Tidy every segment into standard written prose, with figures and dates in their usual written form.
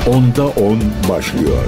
Onda 10 başlıyor.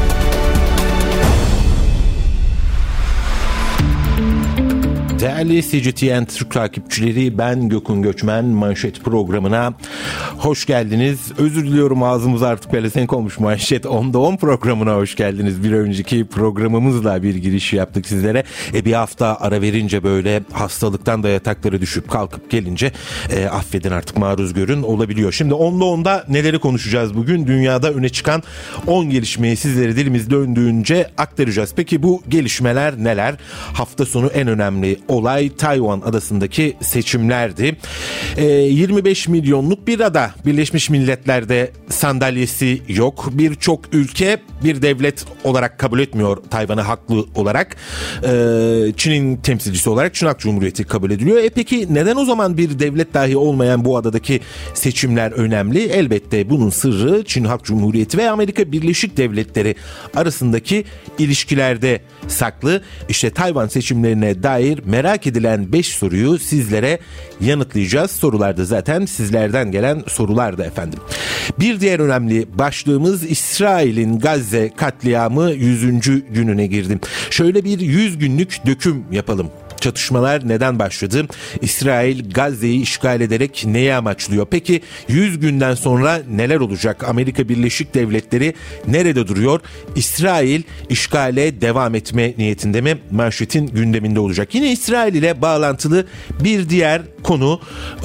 Değerli CGTN Türk takipçileri, ben Gökhan Göçmen. Manşet programına hoş geldiniz. Özür diliyorum, ağzımız artık pelesenk olmuş. Manşet 10'da 10 programına hoş geldiniz. Bir önceki programımızla bir giriş yaptık sizlere. Bir hafta ara verince, böyle hastalıktan da yataklara düşüp kalkıp gelince affedin artık, maruz görün olabiliyor. Şimdi 10'da 10'da neleri konuşacağız bugün? Dünyada öne çıkan 10 gelişmeyi sizlere dilimiz döndüğünce aktaracağız. Peki bu gelişmeler neler? Hafta sonu en önemli olay Tayvan adasındaki seçimlerdi. 25 milyonluk bir ada. Birleşmiş Milletler'de sandalyesi yok. Birçok ülke bir devlet olarak kabul etmiyor Tayvan'ı haklı olarak. Çin'in temsilcisi olarak Çin Halk Cumhuriyeti kabul ediliyor. Peki neden o zaman bir devlet dahi olmayan bu adadaki seçimler önemli? Elbette bunun sırrı Çin Halk Cumhuriyeti ve Amerika Birleşik Devletleri arasındaki ilişkilerde saklı. İşte Tayvan seçimlerine dair merak edilen 5 soruyu sizlere yanıtlayacağız. Sorularda zaten sizlerden gelen sorulardı efendim. Bir diğer önemli başlığımız İsrail'in Gazze katliamı 100. gününe girdi. Şöyle bir 100 günlük döküm yapalım. Çatışmalar neden başladı? İsrail Gazze'yi işgal ederek neyi amaçlıyor? Peki 100 günden sonra neler olacak? Amerika Birleşik Devletleri nerede duruyor? İsrail işgale devam etme niyetinde mi? Manşetin gündeminde olacak. Yine İsrail ile bağlantılı bir diğer konu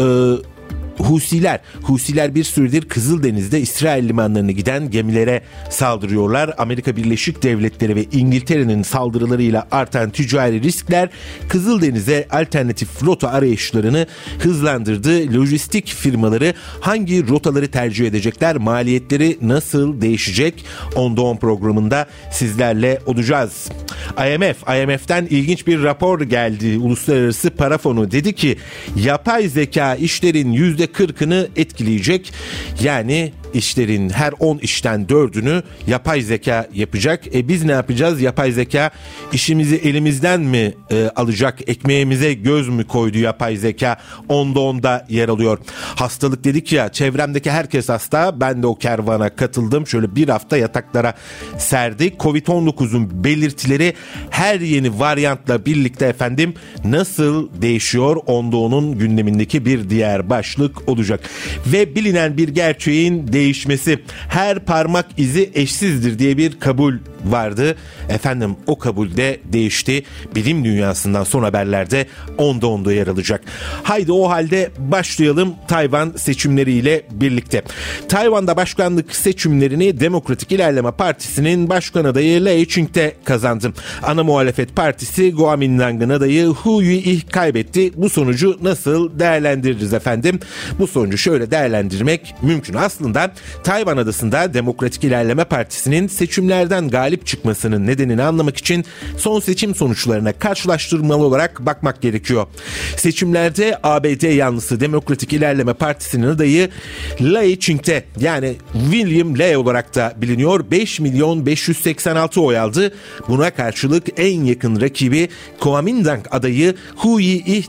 Husiler bir süredir Kızıldeniz'de İsrail limanlarına giden gemilere saldırıyorlar. Amerika Birleşik Devletleri ve İngiltere'nin saldırılarıyla artan ticari riskler Kızıldeniz'e alternatif rota arayışlarını hızlandırdı. Lojistik firmaları hangi rotaları tercih edecekler? Maliyetleri nasıl değişecek? Onda 10 programında sizlerle olacağız. IMF'den ilginç bir rapor geldi. Uluslararası Para Fonu dedi ki yapay zeka işlerin %40'ını etkileyecek. Yani işlerin her 10 işten 4'ünü yapay zeka yapacak. Biz ne yapacağız? Yapay zeka işimizi elimizden mi alacak? Ekmeğimize göz mü koydu yapay zeka? Onda 10'da yer alıyor. Hastalık dedik ya, çevremdeki herkes hasta. Ben de o kervana katıldım. Şöyle bir hafta yataklara serdik. Covid-19'un belirtileri her yeni varyantla birlikte efendim nasıl değişiyor? Onda 10'un gündemindeki bir diğer başlık olacak. Ve bilinen bir gerçeğin değişmesi. Her parmak izi eşsizdir diye bir kabul vardı. Efendim o kabul de değişti. Bilim dünyasından son haberlerde onda 10'da yer alacak. Haydi o halde başlayalım Tayvan seçimleriyle birlikte. Tayvan'da başkanlık seçimlerini Demokratik İlerleme Partisi'nin başkan adayı Lai Ching-te kazandı. Ana muhalefet partisi Kuomintang'ın adayı Hu Yui kaybetti. Bu sonucu nasıl değerlendiririz efendim? Bu sonucu şöyle değerlendirmek mümkün. Aslında Tayvan adasında Demokratik İlerleme Partisi'nin seçimlerden galip çıkmasının nedenini anlamak için son seçim sonuçlarına karşılaştırmalı olarak bakmak gerekiyor. Seçimlerde ABD yanlısı Demokratik İlerleme Partisi'nin adayı Lai Ching-te, yani William Lai olarak da biliniyor, 5.586 oy aldı. Buna karşılık en yakın rakibi Kuomintang adayı Hu Yui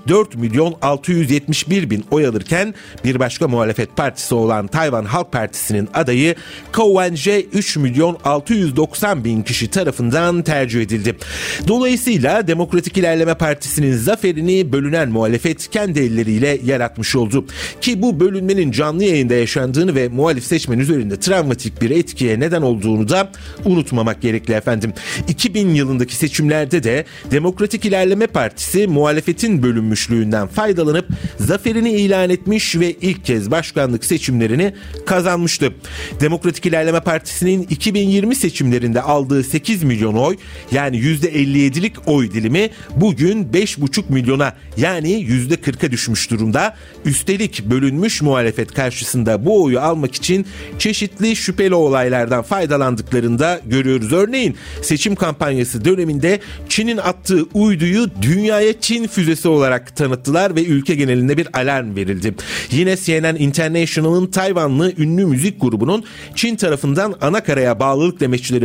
4.671.000 oy alırken bir başka muhalefet partisi olan Tayvan Halk Partisi'nin adayı Cao Wen-je 3.690.000 kişi tarafından tercih edildi. Dolayısıyla Demokratik İlerleme Partisi'nin zaferini bölünen muhalefet kendi elleriyle yaratmış oldu. Ki bu bölünmenin canlı yayında yaşandığını ve muhalif seçmen üzerinde travmatik bir etkiye neden olduğunu da unutmamak gerekli efendim. 2000 yılındaki seçimlerde de Demokratik İlerleme Partisi muhalefetin bölünmüşlüğünden faydalanıp zaferini ilan etmiş ve ilk kez başkanlık seçimlerini kazanmıştı. Demokratik İlerleme Partisi'nin 2020 seçimlerinde aldığı 8 milyon oy, yani %57'lik oy dilimi bugün 5,5 milyona, yani %40'a düşmüş durumda. Üstelik bölünmüş muhalefet karşısında bu oyu almak için çeşitli şüpheli olaylardan faydalandıklarını da görüyoruz. Örneğin seçim kampanyası döneminde Çin'in attığı uyduyu dünyaya Çin füzesi olarak tanıttılar ve ülke genelinde bir alarm verildi. Yine CNN International'ın Tayvanlı ünlü müzik grubunun Çin tarafından ana karaya bağlılık demeçleri vermesi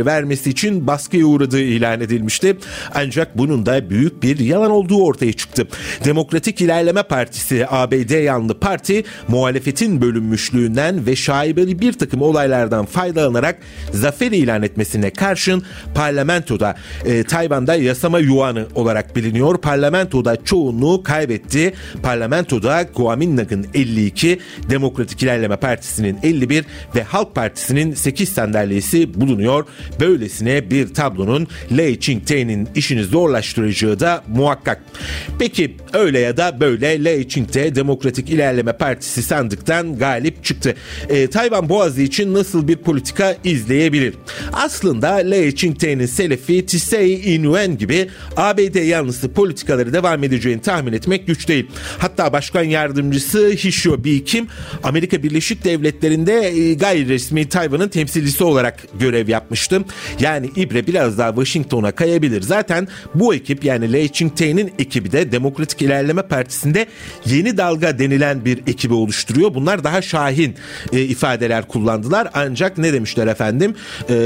edilmesi için baskıya uğradığı ilan edilmişti. Ancak bunun da büyük bir yalan olduğu ortaya çıktı. Demokratik İlerleme Partisi, ABD yanlı parti, muhalefetin bölünmüşlüğünden ve şaibeli bir takım olaylardan faydalanarak zafer ilan etmesine karşın parlamentoda, Tayvan'da yasama yuanı olarak biliniyor, parlamentoda çoğunluğu kaybetti. Parlamentoda Kuomintang'ın 52, Demokratik İlerleme Partisi'nin 51 ve Halk Partisi'nin 8 sandalyesi bulunuyor. Böylesine bir tablonun Lei Ching-te'nin işini zorlaştıracağı da muhakkak. Peki öyle ya da böyle Lei Ching-te Demokratik İlerleme Partisi sandıktan galip çıktı. Tayvan Boğazı için nasıl bir politika izleyebilir? Aslında Lei Ching-te'nin selefi Tsai Ing-wen gibi ABD yanlısı politikaları devam edeceğini tahmin etmek güç değil. Hatta Başkan Yardımcısı Hsio Bi-kim Amerika Birleşik Devletleri'nde gayri resmi Tayvan'ın temsilcisi olarak görev yapmıştı. Yani ibre biraz daha Washington'a kayabilir. Zaten bu ekip, yani Lei Ching-te'nin ekibi de Demokratik İlerleme Partisi'nde yeni dalga denilen bir ekibi oluşturuyor. Bunlar daha şahin ifadeler kullandılar. Ancak ne demişler efendim?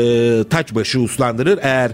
Taç başı uslandırır. Eğer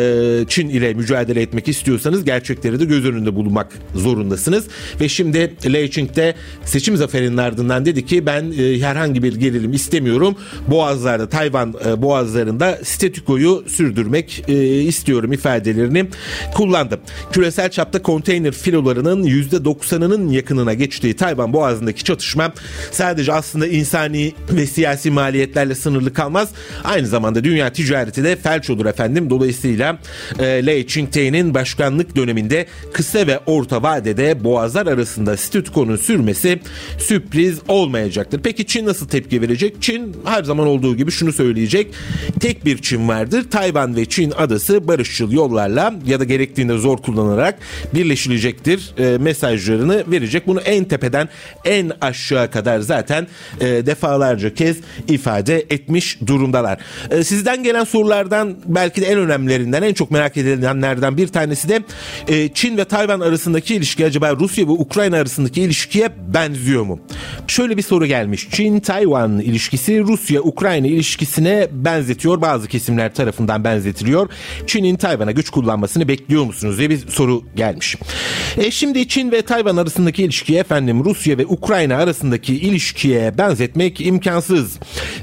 Çin ile mücadele etmek istiyorsanız gerçekleri de göz önünde bulunmak zorundasınız. Ve şimdi Lei Ching-te seçim zaferinin ardından dedi ki ben herhangi bir gerilim istemiyorum. Boğazlarda, Tayvan boğazlarında statükoyu sürdürmek istiyorum ifadelerini kullandı. Küresel çapta konteyner filolarının %90'ının yakınına geçtiği Tayvan boğazındaki çatışma sadece aslında insani ve siyasi maliyetlerle sınırlı kalmaz. Aynı zamanda dünya ticareti de felç olur efendim. Dolayısıyla Lei Ching-te'nin başkanlık döneminde kısa ve orta vadede boğazlar arasında statükonun sürmesi sürpriz olmayacaktır. Peki Çin nasıl tepki verecek? Çin her zaman olduğu gibi şunu söyleyecek: tek bir Çin vardır. Tayvan ve Çin adası barışçıl yollarla ya da gerektiğinde zor kullanarak birleşilecektir mesajlarını verecek. Bunu en tepeden en aşağı kadar zaten defalarca kez ifade etmiş durumdalar. Sizden gelen sorulardan belki de en önemlilerinden, en çok merak edilenlerden bir tanesi de Çin ve Tayvan arasındaki ilişki acaba Rusya ve Ukrayna arasındaki ilişkiye benziyor mu? Şöyle bir soru gelmiş. Çin-Tayvan ilişkisi Rusya-Ukrayna ilişkisine benzetiyor. Bazı kesimler tarafından benzetiliyor. Çin'in Tayvan'a güç kullanmasını bekliyor musunuz diye bir soru gelmiş. Şimdi Çin ve Tayvan arasındaki ilişkiye efendim Rusya ve Ukrayna arasındaki ilişkiye benzetmek imkansız.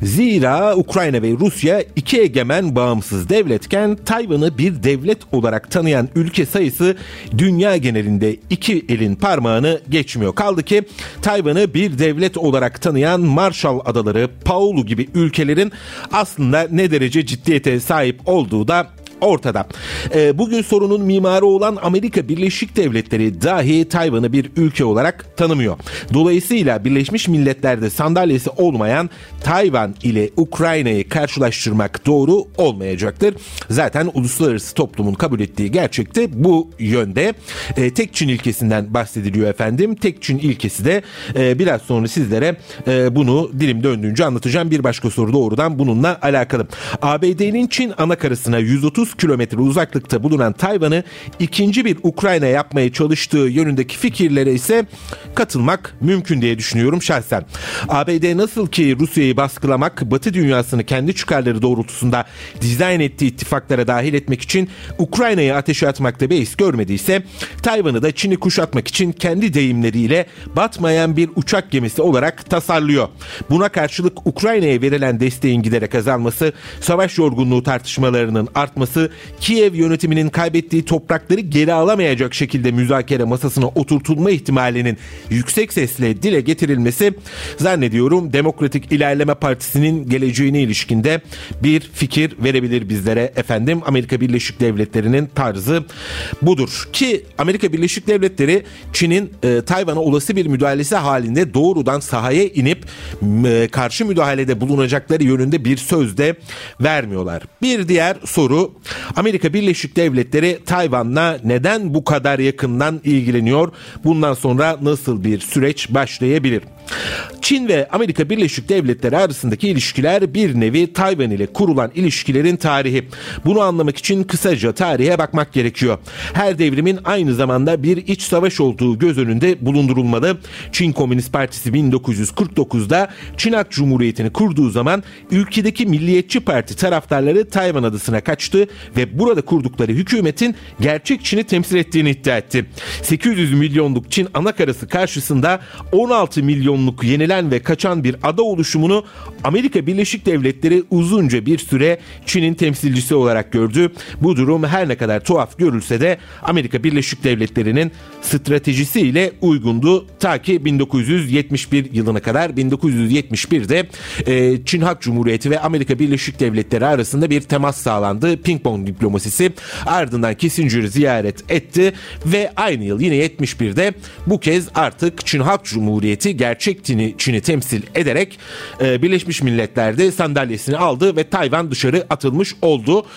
Zira Ukrayna ve Rusya iki egemen bağımsız devletken Tayvan'ı bir devlet olarak tanıyan ülke sayısı dünya genelinde iki elin parmağını geçmiyor. Kaldı ki Tayvan'ı bir devlet olarak tanıyan Marshall Adaları, Palau gibi ülkelerin aslında ne derece ciddiyete sahip olduğu da ortada. Bugün sorunun mimarı olan Amerika Birleşik Devletleri dahi Tayvan'ı bir ülke olarak tanımıyor. Dolayısıyla Birleşmiş Milletler'de sandalyesi olmayan Tayvan ile Ukrayna'yı karşılaştırmak doğru olmayacaktır. Zaten uluslararası toplumun kabul ettiği gerçek de bu yönde. Tek Çin ilkesinden bahsediliyor efendim. Tek Çin ilkesi de biraz sonra sizlere bunu dilim döndüğünce anlatacağım. Bir başka soru doğrudan bununla alakalı. ABD'nin Çin anakarasına 130 kilometre uzaklıkta bulunan Tayvan'ı ikinci bir Ukrayna yapmaya çalıştığı yönündeki fikirlere ise katılmak mümkün diye düşünüyorum şahsen. ABD nasıl ki Rusya'yı baskılamak, Batı dünyasını kendi çıkarları doğrultusunda dizayn ettiği ittifaklara dahil etmek için Ukrayna'yı ateşe atmakta beis görmediyse, Tayvan'ı da Çin'i kuşatmak için kendi deyimleriyle batmayan bir uçak gemisi olarak tasarlıyor. Buna karşılık Ukrayna'ya verilen desteğin giderek azalması, savaş yorgunluğu tartışmalarının artması, Kiev yönetiminin kaybettiği toprakları geri alamayacak şekilde müzakere masasına oturtulma ihtimalinin yüksek sesle dile getirilmesi zannediyorum Demokratik İlerleme Partisi'nin geleceğine ilişkinde bir fikir verebilir bizlere efendim. Amerika Birleşik Devletleri'nin tarzı budur ki Amerika Birleşik Devletleri Çin'in Tayvan'a olası bir müdahalesi halinde doğrudan sahaya inip karşı müdahalede bulunacakları yönünde bir söz de vermiyorlar. Bir diğer soru: Amerika Birleşik Devletleri Tayvan'la neden bu kadar yakından ilgileniyor? Bundan sonra nasıl bir süreç başlayabilir? Çin ve Amerika Birleşik Devletleri arasındaki ilişkiler bir nevi Tayvan ile kurulan ilişkilerin tarihi. Bunu anlamak için kısaca tarihe bakmak gerekiyor. Her devrimin aynı zamanda bir iç savaş olduğu göz önünde bulundurulmalı. Çin Komünist Partisi 1949'da Çin Halk Cumhuriyeti'ni kurduğu zaman ülkedeki Milliyetçi Parti taraftarları Tayvan adasına kaçtı ve burada kurdukları hükümetin gerçek Çin'i temsil ettiğini iddia etti. 800 milyonluk Çin anakarası karşısında 16 milyonluk yenilen ve kaçan bir ada oluşumunu Amerika Birleşik Devletleri uzunca bir süre Çin'in temsilcisi olarak gördü. Bu durum her ne kadar tuhaf görülse de Amerika Birleşik Devletleri'nin stratejisiyle uygundu ta ki 1971 yılına kadar. 1971'de Çin Halk Cumhuriyeti ve Amerika Birleşik Devletleri arasında bir temas sağlandı. Ping pong diplomasisi. Ardından Kissinger'ı ziyaret etti ve aynı yıl yine 71'de bu kez artık Çin Halk Cumhuriyeti gerçek Çin'i temsil ederek Birleşmiş Milletler'de sandalyesini aldı ve Tayvan dışarı atılmış oldu.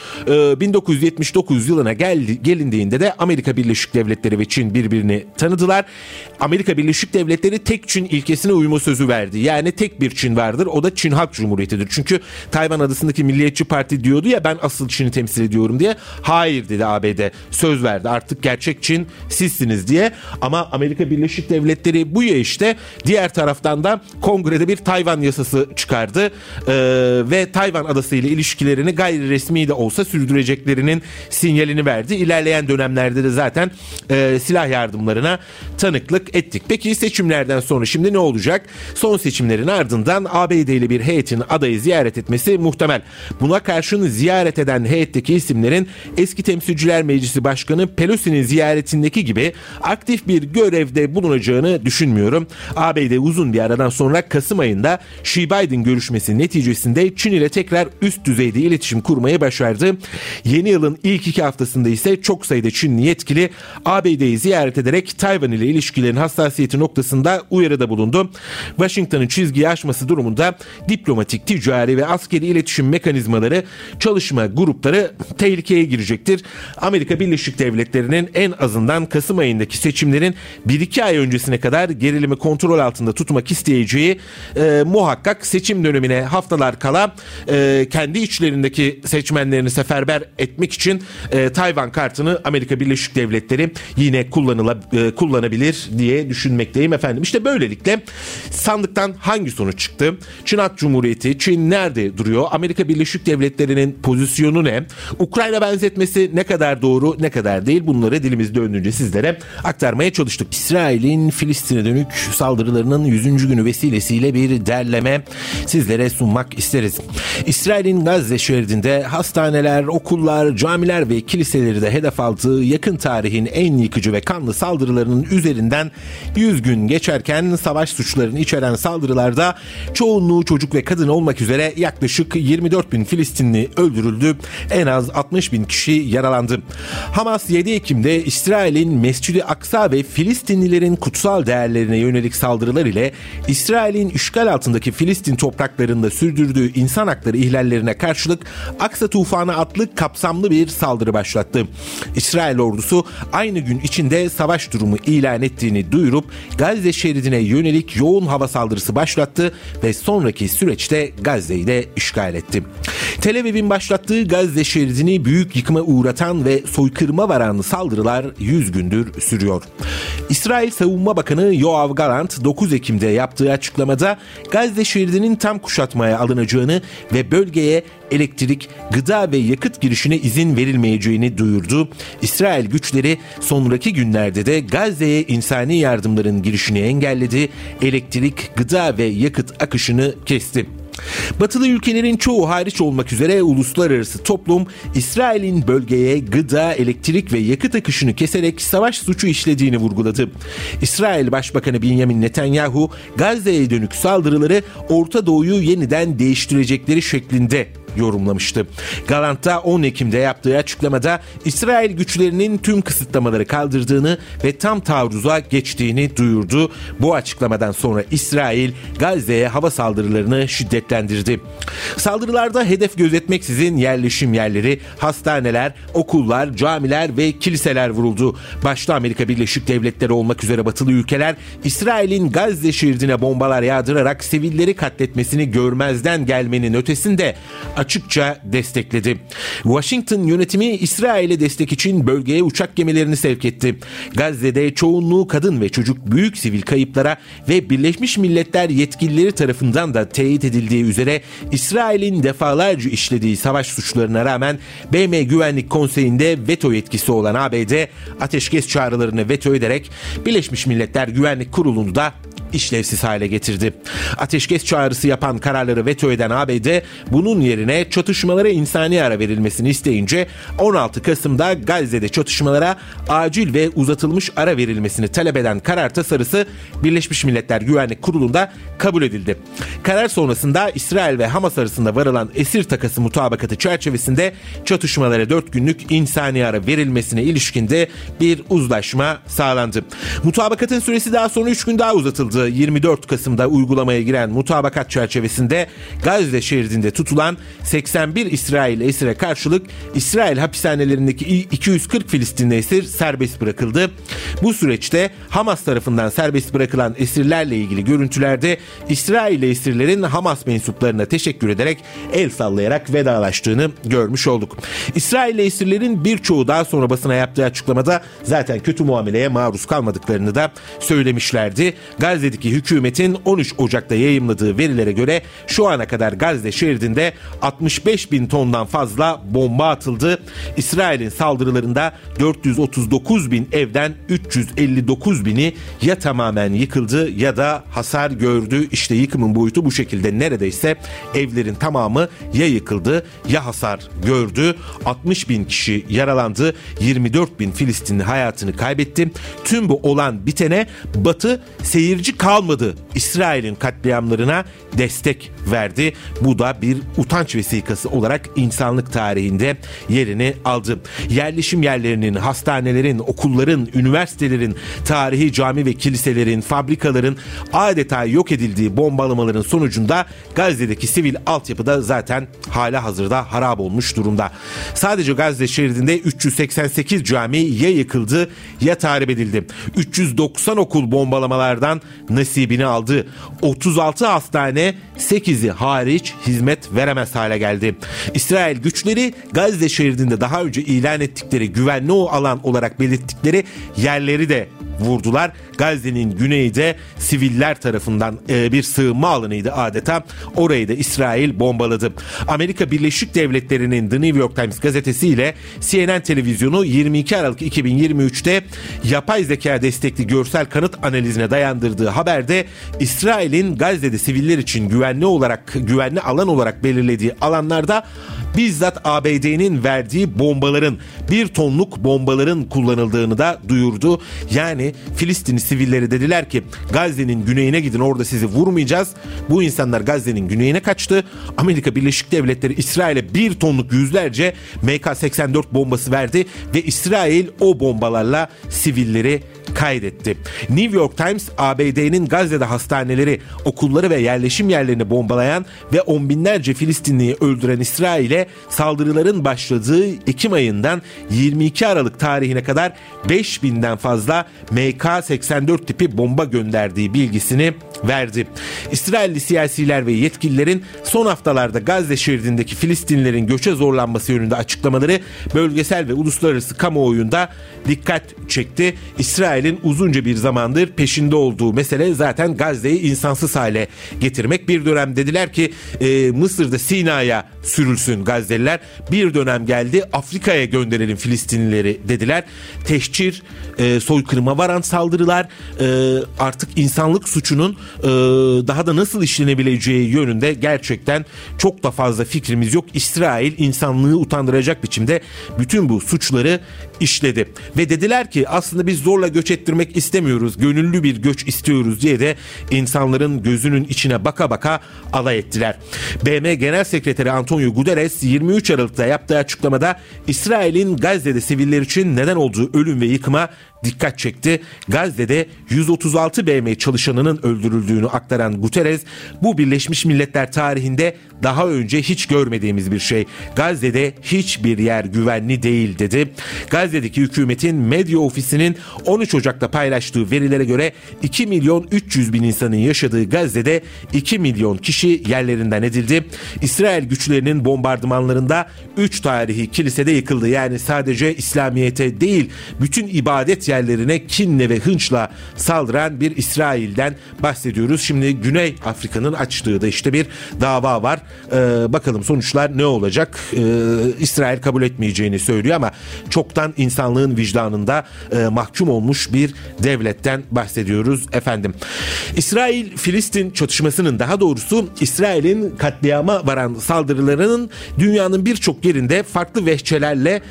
1979 yılına gelindiğinde de Amerika Birleşik Devletleri ve Çin birbirini tanıdılar. Amerika Birleşik Devletleri tek Çin ilkesine uyma sözü verdi. Yani tek bir Çin vardır, o da Çin Halk Cumhuriyeti'dir. Çünkü Tayvan adasındaki Milliyetçi Parti diyordu ya, ben asıl Çin'i temsil ediyorum diye. Hayır dedi ABD. Söz verdi. Artık gerçek Çin sizsiniz diye. Ama Amerika Birleşik Devletleri bu ya işte. Diğer taraftan da kongrede bir Tayvan yasası çıkardı. Ve Tayvan adası ile ilişkilerini gayri resmi de olsa sürdüreceklerinin sinyalini verdi. İlerleyen dönemlerde de zaten silah yardımlarına tanıklık ettik. Peki seçimlerden sonra şimdi ne olacak? Son seçimlerin ardından ABD ile bir heyetin adayı ziyaret etmesi muhtemel. Buna karşın ziyaret eden heyetteki isimlerin eski Temsilciler Meclisi Başkanı Pelosi'nin ziyaretindeki gibi aktif bir görevde bulunacağını düşünmüyorum. ABD uzun bir aradan sonra Kasım ayında Xi-Biden görüşmesi neticesinde Çin ile tekrar üst düzeyde iletişim kurmayı başardı. Yeni yılın ilk 2 haftasında ise çok sayıda Çinli yetkili ABD'yi ziyaret ederek Tayvan ile ilişkilerin hassasiyeti noktasında uyarıda bulundu. Washington'ın çizgiyi aşması durumunda diplomatik, ticari ve askeri iletişim mekanizmaları, çalışma grupları tehlikeye girecektir. Amerika Birleşik Devletleri'nin en azından Kasım ayındaki seçimlerin 1-2 ay öncesine kadar gerilimi kontrol altında tutmak isteyeceği muhakkak. Seçim dönemine haftalar kala kendi içlerindeki seçmenlerini seferber etmek için Tayvan kartını Amerika Birleşik Devletleri yine kullanabilir diye düşünmekteyim efendim. İşte böylelikle sandıktan hangi sonuç çıktı? Çin Halk Cumhuriyeti, Çin nerede duruyor? Amerika Birleşik Devletleri'nin pozisyonu ne? Ukrayna benzetmesi ne kadar doğru, ne kadar değil? Bunları dilimiz döndüğünce sizlere aktarmaya çalıştık. İsrail'in Filistin'e dönük saldırılarının 100. günü vesilesiyle bir derleme sizlere sunmak isteriz. İsrail'in Gazze şeridinde hastaneler, okullar, camiler ve kiliseleri de hedef aldığı yakın tarihin en yıkıcı ve kanlı saldırılarının üzerinden 100 gün geçerken savaş suçlarını içeren saldırılarda çoğunluğu çocuk ve kadın olmak üzere yaklaşık 24 bin Filistinli öldürüldü. En az 60 bin kişi yaralandı. Hamas 7 Ekim'de İsrail'in Mescid-i Aksa ve Filistinlilerin kutsal değerlerine yönelik saldırılar ile İsrail'in işgal altındaki Filistin topraklarında sürdürdüğü insan hakları ihlallerine karşılık Aksa Tufanı adlı kapsamlı bir saldırı başlattı. İsrail ordusu aynı gün içinde savaş durumu ilan ettiğini duyurup Gazze şeridine yönelik yoğun hava saldırısı başlattı ve sonraki süreçte Gazze'yi de işgal etti. Tel Aviv'in başlattığı Gazze şeridini büyük yıkıma uğratan ve soykırıma varan saldırılar 100 gündür sürüyor. İsrail Savunma Bakanı Yoav Gallant 9 Ekim'de yaptığı açıklamada Gazze şeridinin tam kuşatmaya alınacağını ve bölgeye elektrik, gıda ve yakıt girişine izin verilmeyeceğini duyurdu. İsrail güçleri sonraki günlerde de Gazze'ye insani yardımların girişini engelledi, elektrik, gıda ve yakıt akışını kesti. Batılı ülkelerin çoğu hariç olmak üzere uluslararası toplum İsrail'in bölgeye gıda, elektrik ve yakıt akışını keserek savaş suçu işlediğini vurguladı. İsrail Başbakanı Benjamin Netanyahu Gazze'ye dönük saldırıları Orta Doğu'yu yeniden değiştirecekleri şeklinde yorumlamıştı. Gallant da 10 Ekim'de yaptığı açıklamada İsrail güçlerinin tüm kısıtlamaları kaldırdığını ve tam taarruza geçtiğini duyurdu. Bu açıklamadan sonra İsrail Gazze'ye hava saldırılarını şiddetlendirdi. Saldırılarda hedef gözetmeksizin yerleşim yerleri, hastaneler, okullar, camiler ve kiliseler vuruldu. Başta Amerika Birleşik Devletleri olmak üzere batılı ülkeler İsrail'in Gazze şeridine bombalar yağdırarak sivilleri katletmesini görmezden gelmenin ötesinde açıkça destekledi. Washington yönetimi İsrail'e destek için bölgeye uçak gemilerini sevk etti. Gazze'de çoğunluğu kadın ve çocuk büyük sivil kayıplara ve Birleşmiş Milletler yetkilileri tarafından da teyit edildiği üzere İsrail'in defalarca işlediği savaş suçlarına rağmen BM Güvenlik Konseyi'nde veto yetkisi olan ABD ateşkes çağrılarını veto ederek Birleşmiş Milletler Güvenlik Kurulu'nu da işlevsiz hale getirdi. Ateşkes çağrısı yapan kararları veto eden ABD bunun yerine çatışmalara insani ara verilmesini isteyince 16 Kasım'da Gazze'de çatışmalara acil ve uzatılmış ara verilmesini talep eden karar tasarısı Birleşmiş Milletler Güvenlik Kurulu'nda kabul edildi. Karar sonrasında İsrail ve Hamas arasında varılan esir takası mutabakatı çerçevesinde çatışmalara 4 günlük insani ara verilmesine ilişkinde bir uzlaşma sağlandı. Mutabakatın süresi daha sonra 3 gün daha uzatıldı. 24 Kasım'da uygulamaya giren mutabakat çerçevesinde Gazze şeridinde tutulan 81 İsrail esire karşılık İsrail hapishanelerindeki 240 Filistinli esir serbest bırakıldı. Bu süreçte Hamas tarafından serbest bırakılan esirlerle ilgili görüntülerde İsrail esirlerin Hamas mensuplarına teşekkür ederek el sallayarak vedalaştığını görmüş olduk. İsrail esirlerin birçoğu daha sonra basına yaptığı açıklamada zaten kötü muameleye maruz kalmadıklarını da söylemişlerdi. Gazze'deki hükümetin 13 Ocak'ta yayımladığı verilere göre şu ana kadar Gazze şeridinde 65 bin tondan fazla bomba atıldı. İsrail'in saldırılarında 439 bin evden 359 bini ya tamamen yıkıldı ya da hasar gördü. İşte yıkımın boyutu bu şekilde, neredeyse evlerin tamamı ya yıkıldı ya hasar gördü. 60 bin kişi yaralandı. 24 bin Filistinli hayatını kaybetti. Tüm bu olan bitene Batı seyirci kalmadı. İsrail'in katliamlarına destek verdi. Bu da bir utanç vesikası olarak insanlık tarihinde yerini aldı. Yerleşim yerlerinin, hastanelerin, okulların, üniversitelerin, tarihi cami ve kiliselerin, fabrikaların adeta yok edildiği bombalamaların sonucunda Gazze'deki sivil altyapıda zaten hala hazırda harap olmuş durumda. Sadece Gazze şeridinde 388 cami ya yıkıldı ya tahrip edildi. 390 okul bombalamalardan nasibini aldı. 36 hastane 8'i hariç hizmet veremez hale geldi. İsrail güçleri Gazze şeridinde daha önce ilan ettikleri güvenli alan olarak belirttikleri yerleri de vurdular. Gazze'nin güneyi de siviller tarafından bir sığınma alanıydı adeta. Orayı da İsrail bombaladı. Amerika Birleşik Devletleri'nin The New York Times gazetesi ile CNN televizyonu 22 Aralık 2023'te yapay zeka destekli görsel kanıt analizine dayandırdığı haberde İsrail'in Gazze'de siviller için güvenli alan olarak belirlediği alanlarda bizzat ABD'nin verdiği bombaların, 1 tonluk bombaların kullanıldığını da duyurdu. Yani Filistinli sivilleri dediler ki Gazze'nin güneyine gidin, orada sizi vurmayacağız. Bu insanlar Gazze'nin güneyine kaçtı. Amerika Birleşik Devletleri İsrail'e 1 tonluk yüzlerce MK-84 bombası verdi ve İsrail o bombalarla sivilleri kaydetti. New York Times, ABD'nin Gazze'de hastaneleri, okulları ve yerleşim yerlerini bombalayan ve on binlerce Filistinliyi öldüren İsrail'e saldırıların başladığı Ekim ayından 22 Aralık tarihine kadar 5000'den fazla MK-84 tipi bomba gönderdiği bilgisini verdi. İsrailli siyasiler ve yetkililerin son haftalarda Gazze şeridindeki Filistinlilerin göçe zorlanması yönünde açıklamaları bölgesel ve uluslararası kamuoyunda dikkat çekti. İsrail'in uzunca bir zamandır peşinde olduğu mesele zaten Gazze'yi insansız hale getirmek. Bir dönem dediler ki Mısır'da Sina'ya sürülsün Gazze'liler. Bir dönem geldi Afrika'ya gönderelim Filistinlileri dediler. Tehcir, soykırıma varan saldırılar, artık insanlık suçunun daha da nasıl işlenebileceği yönünde gerçekten çok da fazla fikrimiz yok. İsrail insanlığı utandıracak biçimde bütün bu suçları işledi. Ve dediler ki aslında biz zorla göç göç ettirmek istemiyoruz, gönüllü bir göç istiyoruz diye de insanların gözünün içine baka baka alay ettiler. BM Genel Sekreteri Antonio Guterres 23 Aralık'ta yaptığı açıklamada İsrail'in Gazze'de siviller için neden olduğu ölüm ve yıkıma dikkat çekti. Gazze'de 136 BM çalışanının öldürüldüğünü aktaran Guterres, bu Birleşmiş Milletler tarihinde daha önce hiç görmediğimiz bir şey. Gazze'de hiçbir yer güvenli değil dedi. Gazze'deki hükümetin medya ofisinin 13 Ocak'ta paylaştığı verilere göre 2 milyon 300 bin insanın yaşadığı Gazze'de 2 milyon kişi yerlerinden edildi. İsrail güçlerinin bombardımanlarında 3 tarihi kilisede yıkıldı. Yani sadece İslamiyet'e değil, bütün ibadet yerlerine kinle ve hınçla saldıran bir İsrail'den bahsediyoruz. Şimdi Güney Afrika'nın açtığı da işte bir dava var. Bakalım sonuçlar ne olacak? İsrail kabul etmeyeceğini söylüyor ama çoktan insanlığın vicdanında mahkum olmuş bir devletten bahsediyoruz efendim. İsrail-Filistin çatışmasının, daha doğrusu İsrail'in katliama varan saldırılarının dünyanın birçok yerinde farklı vehçelerle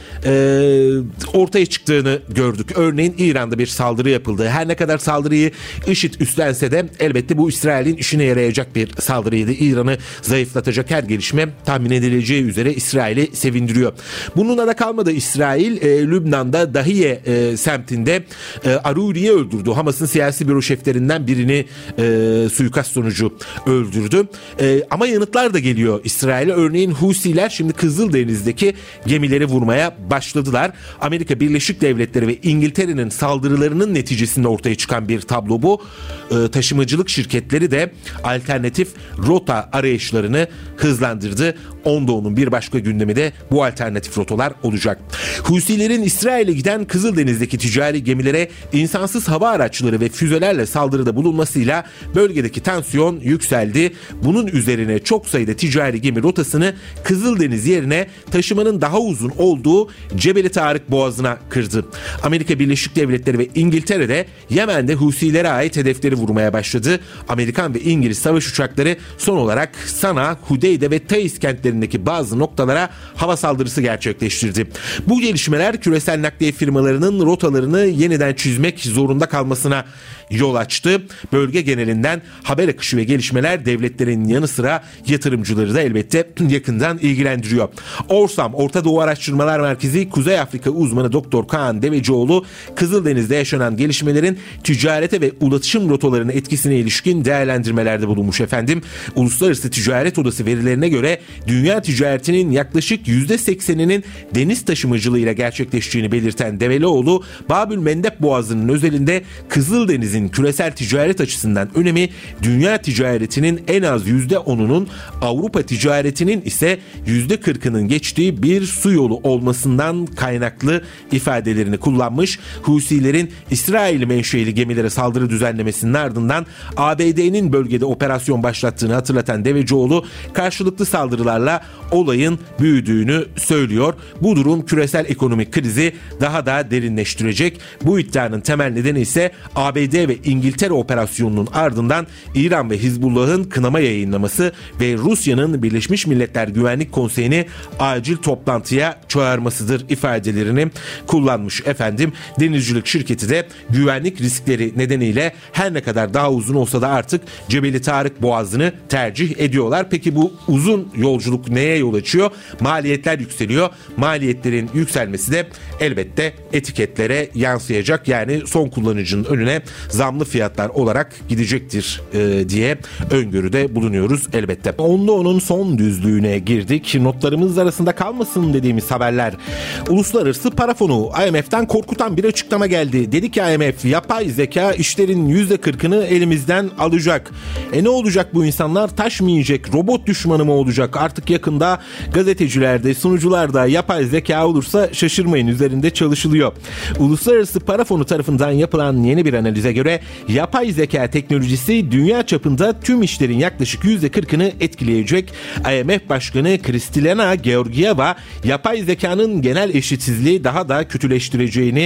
ortaya çıktığını gördük. Örneğin İran'da bir saldırı yapıldı. Her ne kadar saldırıyı IŞİD üstlense de elbette bu İsrail'in işine yarayacak bir saldırıydı. İran'ı zayıflatacak her gelişme tahmin edileceği üzere İsrail'i sevindiriyor. Bununla da kalmadı İsrail. Lübnan'da Dahiye semtinde Aruri'yi öldürdü. Hamas'ın siyasi büro şeflerinden birini suikast sonucu öldürdü. Ama yanıtlar da geliyor İsrail'e. Örneğin Husiler şimdi Kızıldeniz'deki gemileri vurmaya başladılar. Amerika Birleşik Devletleri ve İngiltere'nin saldırılarının neticesinde ortaya çıkan bir tablo bu. Taşımacılık şirketleri de alternatif rota arayışlarını hızlandırdı. Ondo'nun bir başka gündemi de bu alternatif rotalar olacak. Husilerin İsrail'e giden Kızıldeniz'deki ticari gemilere insansız hava araçları ve füzelerle saldırıda bulunmasıyla bölgedeki tansiyon yükseldi. Bunun üzerine çok sayıda ticari gemi rotasını Kızıldeniz yerine taşımanın daha uzun olduğu Cebeli Tarık Boğazı'na kırdı. Amerika Birleşik Devletleri ve İngiltere'de Yemen'de Husilere ait hedefleri vurmaya başladı. Amerikan ve İngiliz savaş uçakları son olarak Sana, Hudeyde ve Taiz kentlerindeki bazı noktalara hava saldırısı gerçekleştirdi. Bu gelişmeler küresel nakliye firmalarının rotalarını yeniden çizmek zorunda kalmasına yol açtı. Bölge genelinden haber akışı ve gelişmeler devletlerin yanı sıra yatırımcıları da elbette yakından ilgilendiriyor. Orsam, Orta Doğu Araştırmalar Merkezi Kuzey Afrika uzmanı Dr. Kaan Devecioğlu, Kızıldeniz'de yaşanan gelişmelerin ticarete ve ulaşım rotalarına etkisine ilişkin değerlendirmelerde bulunmuş efendim. Uluslararası Ticaret Odası verilerine göre dünya ticaretinin yaklaşık %80'inin deniz taşımacılığıyla gerçekleştiğini belirten Develioğlu, Babülmendeb Boğazı'nın özelinde Kızıldeniz'in küresel ticaret açısından önemi, dünya ticaretinin en az %10'unun, Avrupa ticaretinin ise %40'ının geçtiği bir su yolu olmasından kaynaklı ifadelerini kullanmış. Husilerin İsrail menşeili gemilere saldırı düzenlemesinin ardından ABD'nin bölgede operasyon başlattığını hatırlatan Devecioğlu, karşılıklı saldırılarla olayın büyüdüğünü söylüyor. Bu durum küresel ekonomik krizi daha da derinleştirecek. Bu iddianın temel nedeni ise ABD ve İngiltere operasyonunun ardından İran ve Hizbullah'ın kınama yayınlaması ve Rusya'nın Birleşmiş Milletler Güvenlik Konseyi'ni acil toplantıya çağırmasıdır ifadelerini kullanmış efendim. Denizcilik şirketi de güvenlik riskleri nedeniyle her ne kadar daha uzun olsa da artık Cebeli Tarık Boğazı'nı tercih ediyorlar. Peki bu uzun yolculuk neye yol açıyor? Maliyetler yükseliyor. Maliyetlerin yükselmesi de elbette etiketlere yansıyacak. Yani son kullanıcının önüne zamlı fiyatlar olarak gidecektir diye öngörüde bulunuyoruz elbette. Onda onun son düzlüğüne girdik. Notlarımız arasında kalmasın dediğimiz haberler. Uluslararası Para Fonu IMF'den korkutan bir açıklama geldi. Dedi ki IMF, yapay zeka işlerin %40'ını elimizden alacak. Ne olacak bu insanlar? Taş mı yiyecek? Robot düşmanı mı olacak? Artık yakında gazetecilerde, sunucularda yapay zeka olursa şaşırmayın, üzerinde çalışılıyor. Uluslararası Para Fonu tarafından yapılan yeni bir analize göre yapay zeka teknolojisi dünya çapında tüm işlerin yaklaşık %40'ını etkileyecek. IMF Başkanı Kristalina Georgieva, yapay zekanın genel eşitsizliği daha da kötüleştireceğini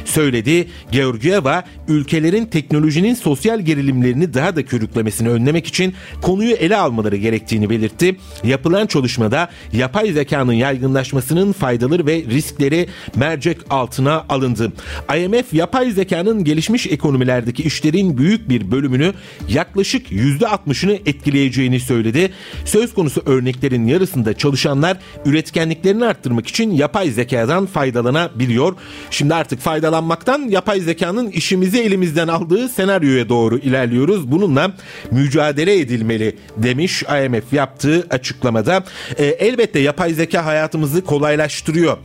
söyledi. Georgieva, ülkelerin teknolojinin sosyal gerilimlerini daha da körüklemesini önlemek için konuyu ele almaları gerektiğini belirtti. Yapılan çalışmada yapay zekanın yaygınlaşmasının faydaları ve riskleri mercek altına alındı. IMF, yapay zekanın gelişmiş ekonomilerdeki işlerin büyük bir bölümünü, yaklaşık %60'ını etkileyeceğini söyledi. Söz konusu örneklerin yarısında çalışanlar üretkenliklerini arttırmak için yapay zekadan faydalanabiliyor. Şimdi artık faydalanmaktan yapay zekanın işimizi elimizden aldığı senaryoya doğru ilerliyoruz. Bununla mücadele edilmeli demiş IMF yaptığı açıklamada. Elbette yapay zeka hayatımızı kolaylaştırıyor.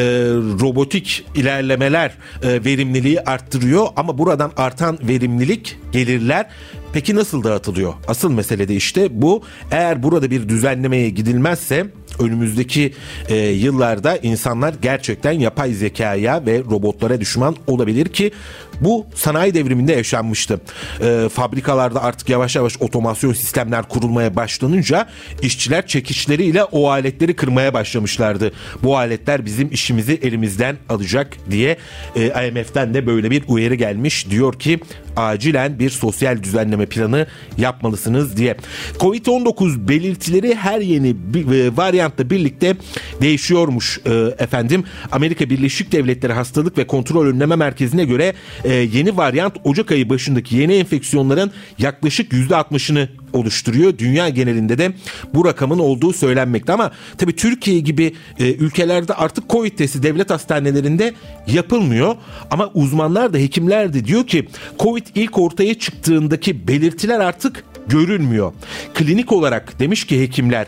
Robotik ilerlemeler verimliliği arttırıyor ama buradan artan verimlilik, gelirler peki nasıl dağıtılıyor? Asıl mesele de işte bu. Eğer burada bir düzenlemeye gidilmezse önümüzdeki yıllarda insanlar gerçekten yapay zekaya ve robotlara düşman olabilir ki bu sanayi devriminde yaşanmıştı. Fabrikalarda artık yavaş yavaş otomasyon sistemler kurulmaya başlanınca işçiler çekiçleriyle o aletleri kırmaya başlamışlardı. Bu aletler bizim işimizi elimizden alacak diye IMF'den de böyle bir uyarı gelmiş. Diyor ki acilen bir sosyal düzenleme planı yapmalısınız diye. Covid-19 belirtileri her yeni varyantla birlikte değişiyormuş efendim. Amerika Birleşik Devletleri Hastalık ve Kontrol Önleme Merkezi'ne göre yeni varyant Ocak ayı başındaki yeni enfeksiyonların yaklaşık %60'ını oluşturuyor. Dünya genelinde de bu rakamın olduğu söylenmekte ama tabii Türkiye gibi ülkelerde artık Covid testi devlet hastanelerinde yapılmıyor. Ama uzmanlar da hekimler de diyor ki Covid ilk ortaya çıktığındaki belirtiler artık görülmüyor. Klinik olarak demiş ki hekimler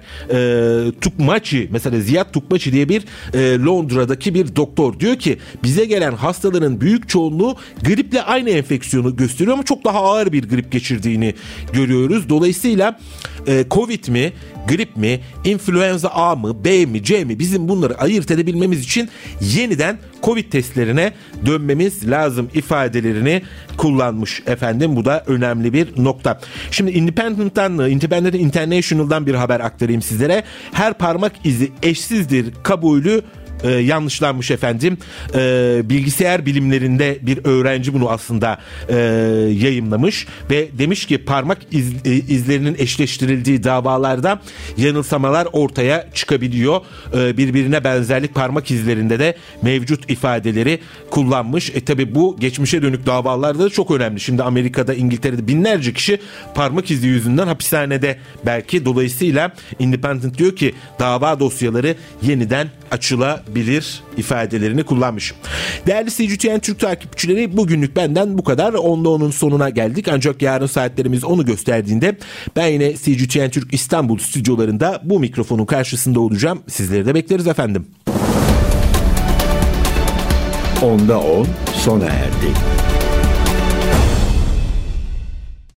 Tukmaçi, mesela Ziyad Tukmaçi diye bir Londra'daki bir doktor diyor ki bize gelen hastaların büyük çoğunluğu griple aynı enfeksiyonu gösteriyor ama çok daha ağır bir grip geçirdiğini görüyoruz. Dolayısıyla Covid mi, grip mi, influenza A mı, B mi, C mi, bizim bunları ayırt edebilmemiz için yeniden Covid testlerine dönmemiz lazım ifadelerini kullanmış efendim. Bu da önemli bir nokta. Şimdi Independent International'dan bir haber aktarayım sizlere. Her parmak izi eşsizdir kabulü yanlışlanmış efendim. Bilgisayar bilimlerinde bir öğrenci bunu aslında yayımlamış ve demiş ki parmak izlerinin eşleştirildiği davalarda yanılsamalar ortaya çıkabiliyor. Birbirine benzerlik parmak izlerinde de mevcut ifadeleri kullanmış. Tabi bu geçmişe dönük davalarda da çok önemli. Şimdi Amerika'da, İngiltere'de binlerce kişi parmak izi yüzünden hapishanede belki. Dolayısıyla Independent diyor ki dava dosyaları yeniden açılabilir ifadelerini kullanmış. Değerli CGTN Türk takipçileri, bugünlük benden bu kadar. Onda onun sonuna geldik. Ancak yarın saatlerimiz onu gösterdiğinde ben yine CGTN Türk İstanbul stüdyolarında bu mikrofonun karşısında olacağım. Sizleri de bekleriz efendim. Onda 10 sona erdi.